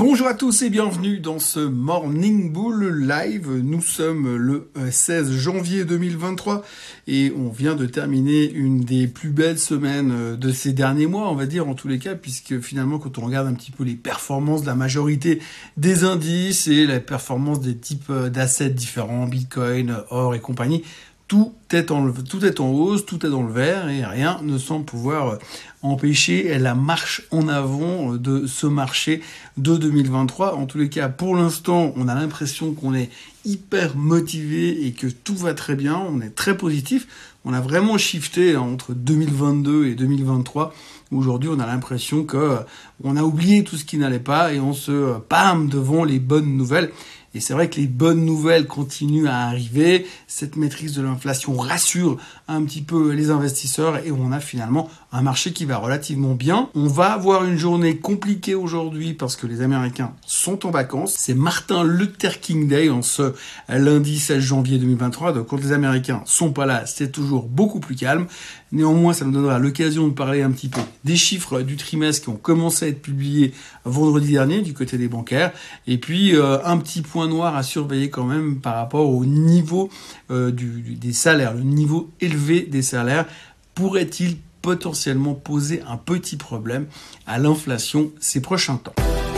Bonjour à tous et bienvenue dans ce Morning Bull Live. Nous sommes le 16 janvier 2023 et on vient de terminer une des plus belles semaines de ces derniers mois, on va dire en tous les cas, puisque finalement quand on regarde un petit peu les performances de la majorité des indices et les performances des types d'assets différents, Bitcoin, or et compagnie, tout est en hausse, tout est dans le vert et rien ne semble pouvoir empêcher la marche en avant de ce marché de 2023. En tous les cas, pour l'instant, on a l'impression qu'on est hyper motivé et que tout va très bien. On est très positif. On a vraiment shifté entre 2022 et 2023. Aujourd'hui, on a l'impression que on a oublié tout ce qui n'allait pas et on se pâme devant les bonnes nouvelles. Et c'est vrai que les bonnes nouvelles continuent à arriver. Cette maîtrise de l'inflation rassure un petit peu les investisseurs et on a finalement un marché qui va relativement bien. On va avoir une journée compliquée aujourd'hui parce que les Américains sont en vacances. C'est Martin Luther King Day en ce lundi 16 janvier 2023. Donc quand les Américains sont pas là, c'est toujours beaucoup plus calme. Néanmoins, ça nous donnera l'occasion de parler un petit peu des chiffres du trimestre qui ont commencé à être publiés vendredi dernier du côté des bancaires. Et puis, un petit point noir à surveiller quand même par rapport au niveau des salaires. Le niveau élevé des salaires pourrait-il potentiellement poser un petit problème à l'inflation ces prochains temps?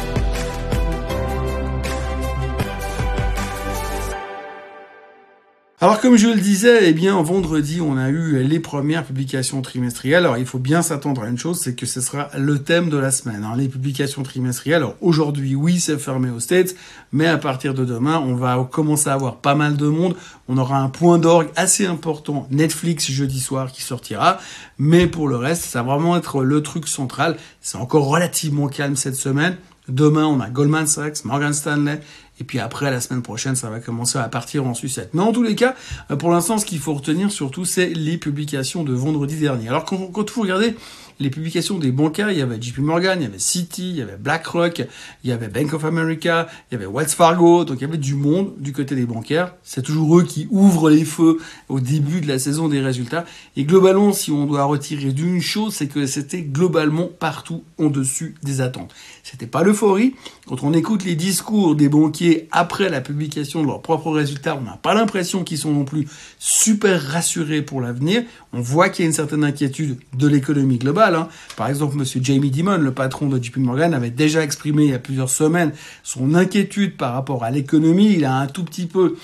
Alors comme je le disais, vendredi, on a eu les premières publications trimestrielles. Alors il faut bien s'attendre à une chose, c'est que ce sera le thème de la semaine. Les publications trimestrielles, alors aujourd'hui, oui, c'est fermé aux States, mais à partir de demain, on va commencer à avoir pas mal de monde. On aura un point d'orgue assez important, Netflix jeudi soir qui sortira. Mais pour le reste, ça va vraiment être le truc central. C'est encore relativement calme cette semaine. Demain, on a Goldman Sachs, Morgan Stanley, et puis après, la semaine prochaine, ça va commencer à partir en sucette. Mais en tous les cas, pour l'instant, ce qu'il faut retenir surtout, c'est les publications de vendredi dernier. Alors, quand vous regardez les publications des bancaires, il y avait JP Morgan, il y avait Citi, il y avait BlackRock, il y avait Bank of America, il y avait Wells Fargo, donc il y avait du monde du côté des bancaires. C'est toujours eux qui ouvrent les feux au début de la saison des résultats. Et globalement, si on doit retirer d'une chose, c'est que c'était globalement partout en dessus des attentes. C'était pas l'euphorie. Quand on écoute les discours des banquiers après la publication de leurs propres résultats, on n'a pas l'impression qu'ils sont non plus super rassurés pour l'avenir. On voit qu'il y a une certaine inquiétude de l'économie globale. Par exemple, monsieur Jamie Dimon, le patron de JP Morgan, avait déjà exprimé il y a plusieurs semaines son inquiétude par rapport à l'économie. Il a un tout petit peu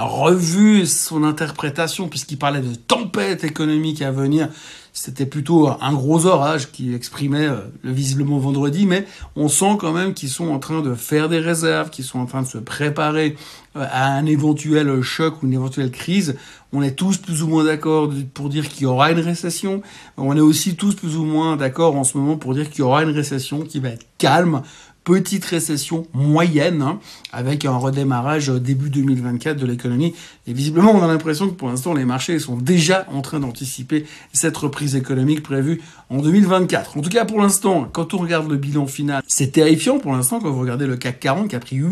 revu son interprétation puisqu'il parlait de tempête économique à venir. C'était plutôt un gros orage qu'il exprimait visiblement vendredi, mais on sent quand même qu'ils sont en train de faire des réserves, qu'ils sont en train de se préparer à un éventuel choc ou une éventuelle crise. On est tous plus ou moins d'accord pour dire qu'il y aura une récession. On est aussi tous plus ou moins d'accord en ce moment pour dire qu'il y aura une récession qui va être calme. Petite récession moyenne, avec un redémarrage début 2024 de l'économie. Et visiblement, on a l'impression que pour l'instant, les marchés sont déjà en train d'anticiper cette reprise économique prévue en 2024. En tout cas, pour l'instant, quand on regarde le bilan final, c'est terrifiant pour l'instant quand vous regardez le CAC 40 qui a pris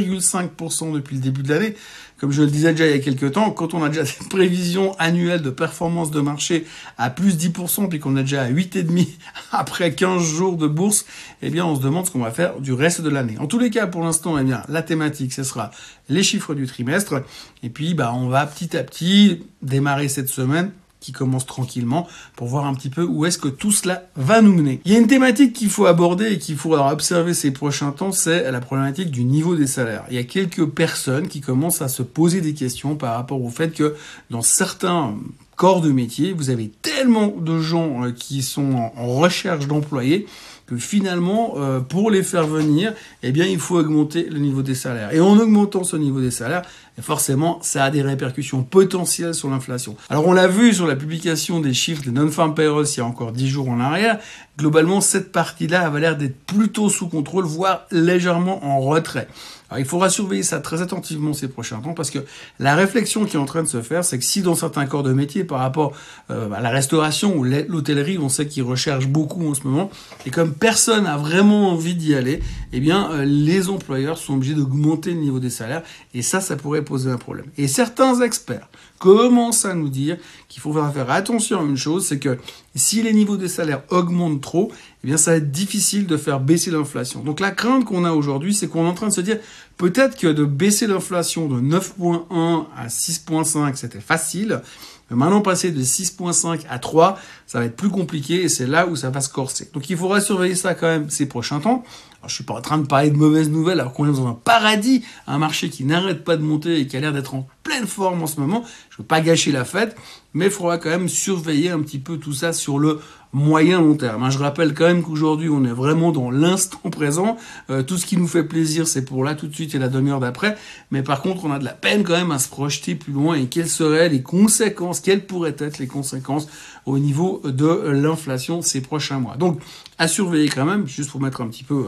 8,5% depuis le début de l'année. Comme je le disais déjà il y a quelques temps, quand on a déjà cette prévision annuelle de performance de marché à plus 10%, puis qu'on est déjà à 8,5% après 15 jours de bourse, on se demande ce qu'on va faire du reste de l'année. En tous les cas, pour l'instant, la thématique, ce sera les chiffres du trimestre. Et puis, on va petit à petit démarrer cette semaine qui commence tranquillement pour voir un petit peu où est-ce que tout cela va nous mener. Il y a une thématique qu'il faut aborder et qu'il faudra observer ces prochains temps, c'est la problématique du niveau des salaires. Il y a quelques personnes qui commencent à se poser des questions par rapport au fait que dans certains corps de métier, vous avez tellement de gens qui sont en recherche d'employés que finalement, pour les faire venir, il faut augmenter le niveau des salaires. Et en augmentant ce niveau des salaires, forcément, ça a des répercussions potentielles sur l'inflation. Alors, on l'a vu sur la publication des chiffres des non-farm payrolls il y a encore 10 jours en arrière. Globalement, cette partie-là avait l'air d'être plutôt sous contrôle, voire légèrement en retrait. Alors, il faudra surveiller ça très attentivement ces prochains temps parce que la réflexion qui est en train de se faire, c'est que si dans certains corps de métier, par rapport à la restauration ou l'hôtellerie, on sait qu'ils recherchent beaucoup en ce moment, et comme personne n'a vraiment envie d'y aller, les employeurs sont obligés d'augmenter le niveau des salaires et ça pourrait pourrait poser un problème. Et certains experts commencent à nous dire qu'il faut faire attention à une chose, c'est que si les niveaux des salaires augmentent trop, eh bien ça va être difficile de faire baisser l'inflation. Donc la crainte qu'on a aujourd'hui, c'est qu'on est en train de se dire peut-être que de baisser l'inflation de 9,1 à 6,5, c'était facile. Mais maintenant, passer de 6,5 à 3, ça va être plus compliqué et c'est là où ça va se corser. Donc il faudra surveiller ça quand même ces prochains temps. Alors, je suis pas en train de parler de mauvaises nouvelles alors qu'on est dans un paradis, un marché qui n'arrête pas de monter et qui a l'air d'être en pleine forme en ce moment. Je veux pas gâcher la fête, mais il faudra quand même surveiller un petit peu tout ça sur le moyen long terme. Je rappelle quand même qu'aujourd'hui, on est vraiment dans l'instant présent. Tout ce qui nous fait plaisir, c'est pour là tout de suite et la demi-heure d'après. Mais par contre, on a de la peine quand même à se projeter plus loin et quelles seraient les conséquences, quelles pourraient être les conséquences au niveau de l'inflation ces prochains mois. Donc, à surveiller quand même, juste pour mettre un petit peu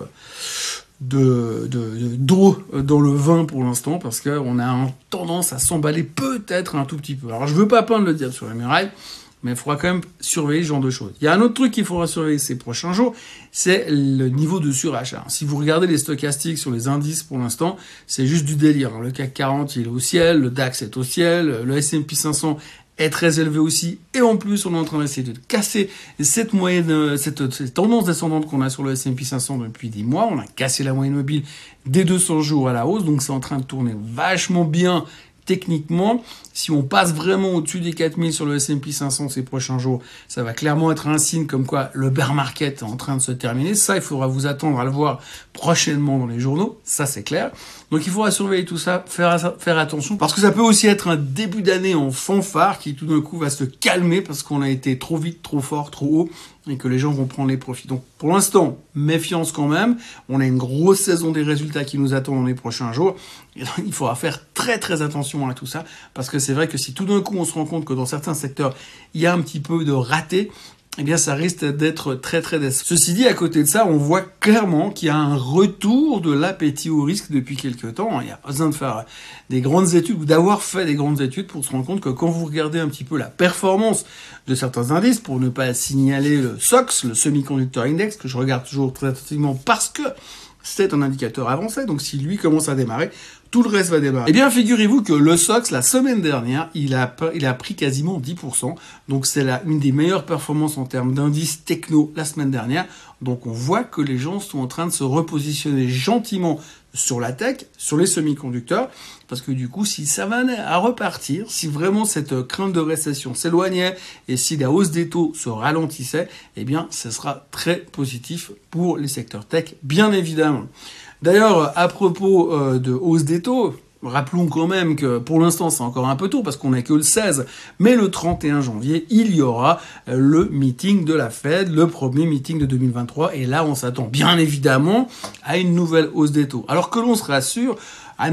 d'eau dans le vin pour l'instant, parce qu'on a tendance à s'emballer peut-être un tout petit peu. Alors, je veux pas peindre le diable sur la muraille, mais il faudra quand même surveiller ce genre de choses. Il y a un autre truc qu'il faudra surveiller ces prochains jours, c'est le niveau de surachat. Si vous regardez les stochastiques sur les indices pour l'instant, c'est juste du délire. Le CAC 40, il est au ciel, le DAX est au ciel, le S&P 500 est très élevé aussi, et en plus, on est en train d'essayer de casser cette moyenne, cette tendance descendante qu'on a sur le S&P 500 depuis 10 mois. On a cassé la moyenne mobile des 200 jours à la hausse, donc c'est en train de tourner vachement bien techniquement. Si on passe vraiment au-dessus des 4000 sur le S&P 500 ces prochains jours, ça va clairement être un signe comme quoi le bear market est en train de se terminer. Ça, il faudra vous attendre à le voir prochainement dans les journaux. Ça, c'est clair. Donc, il faudra surveiller tout ça, faire attention, parce que ça peut aussi être un début d'année en fanfare qui, tout d'un coup, va se calmer parce qu'on a été trop vite, trop fort, trop haut et que les gens vont prendre les profits. Donc, pour l'instant, méfiance quand même. On a une grosse saison des résultats qui nous attend dans les prochains jours. Et donc, il faudra faire très, très attention à tout ça parce que c'est vrai que si tout d'un coup on se rend compte que dans certains secteurs il y a un petit peu de raté, eh bien ça risque d'être très très décevant. Ceci dit, à côté de ça, on voit clairement qu'il y a un retour de l'appétit au risque depuis quelques temps. Il n'y a pas besoin de faire des grandes études ou d'avoir fait des grandes études pour se rendre compte que quand vous regardez un petit peu la performance de certains indices, pour ne pas signaler le SOX, le Semiconductor Index, que je regarde toujours très attentivement parce que c'est un indicateur avancé, donc si lui commence à démarrer, tout le reste va démarrer. Eh bien, figurez-vous que le SOX, la semaine dernière, il a pris quasiment 10%. Donc, c'est une des meilleures performances en termes d'indices techno la semaine dernière. Donc, on voit que les gens sont en train de se repositionner gentiment sur la tech, sur les semi-conducteurs. Parce que du coup, si ça venait à repartir, si vraiment cette crainte de récession s'éloignait et si la hausse des taux se ralentissait, eh bien, ce sera très positif pour les secteurs tech, bien évidemment. D'ailleurs, à propos de hausse des taux, rappelons quand même que pour l'instant c'est encore un peu tôt parce qu'on n'est que le 16, mais le 31 janvier, il y aura le meeting de la Fed, le premier meeting de 2023, et là on s'attend bien évidemment à une nouvelle hausse des taux. Alors que l'on se rassure, à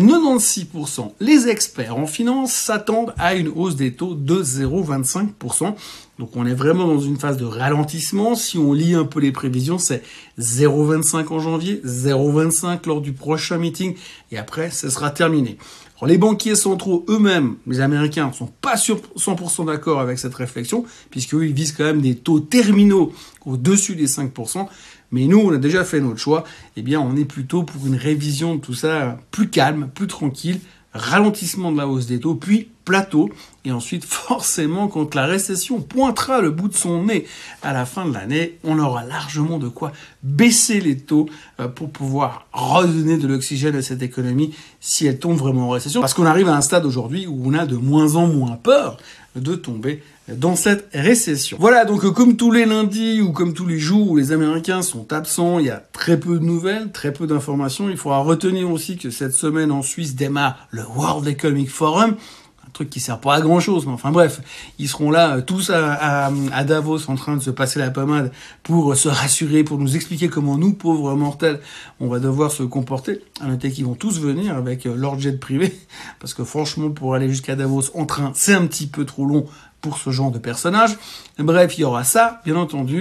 96%, les experts en finance s'attendent à une hausse des taux de 0,25%. Donc on est vraiment dans une phase de ralentissement. Si on lit un peu les prévisions, c'est 0,25 en janvier, 0,25 lors du prochain meeting, et après, ce sera terminé. Alors, les banquiers centraux eux-mêmes, les Américains, ne sont pas sur 100% d'accord avec cette réflexion, puisqu'eux, ils visent quand même des taux terminaux au-dessus des 5%. Mais nous, on a déjà fait notre choix. Eh bien, on est plutôt pour une révision de tout ça plus calme, plus tranquille, ralentissement de la hausse des taux, puis plateau. Et ensuite, forcément, quand la récession pointera le bout de son nez à la fin de l'année, on aura largement de quoi baisser les taux pour pouvoir redonner de l'oxygène à cette économie si elle tombe vraiment en récession. Parce qu'on arrive à un stade aujourd'hui où on a de moins en moins peur de tomber dans cette récession. Voilà, donc comme tous les lundis ou comme tous les jours où les Américains sont absents, il y a très peu de nouvelles, très peu d'informations. Il faudra retenir aussi que cette semaine en Suisse démarre le World Economic Forum, un truc qui sert pas à grand chose, mais enfin bref, ils seront là tous à Davos en train de se passer la pommade pour se rassurer, pour nous expliquer comment nous, pauvres mortels, on va devoir se comporter. À noter qu'ils vont tous venir avec leur jet privé, parce que franchement, pour aller jusqu'à Davos en train, c'est un petit peu trop long pour ce genre de personnage. Bref, il y aura ça, bien entendu.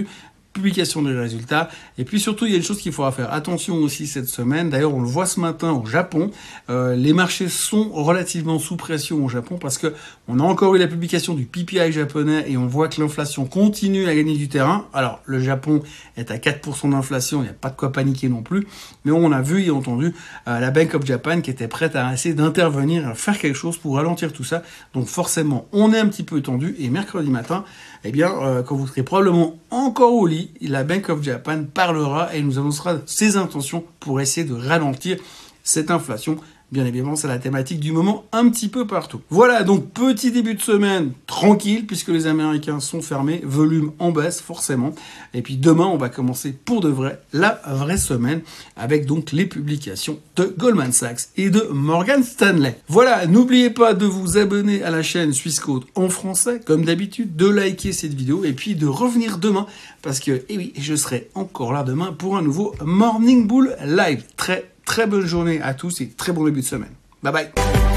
publication des résultats. Et puis surtout, il y a une chose qu'il faudra faire attention aussi cette semaine. D'ailleurs, on le voit ce matin au Japon. Les marchés sont relativement sous pression au Japon parce que on a encore eu la publication du PPI japonais et on voit que l'inflation continue à gagner du terrain. Alors, le Japon est à 4% d'inflation, il n'y a pas de quoi paniquer non plus. Mais on a vu et entendu la Bank of Japan qui était prête à essayer d'intervenir, à faire quelque chose pour ralentir tout ça. Donc forcément, on est un petit peu tendu. Et mercredi matin, eh bien, quand vous serez probablement encore au lit, la Bank of Japan parlera et nous annoncera ses intentions pour essayer de ralentir cette inflation. Bien évidemment, c'est la thématique du moment un petit peu partout. Voilà, donc petit début de semaine tranquille puisque les Américains sont fermés, volume en baisse forcément. Et puis demain, on va commencer pour de vrai la vraie semaine avec donc les publications de Goldman Sachs et de Morgan Stanley. Voilà, n'oubliez pas de vous abonner à la chaîne Swissquote en français, comme d'habitude, de liker cette vidéo et puis de revenir demain parce que, eh oui, je serai encore là demain pour un nouveau Morning Bull Live. Très bonne journée à tous et très bon début de semaine. Bye bye.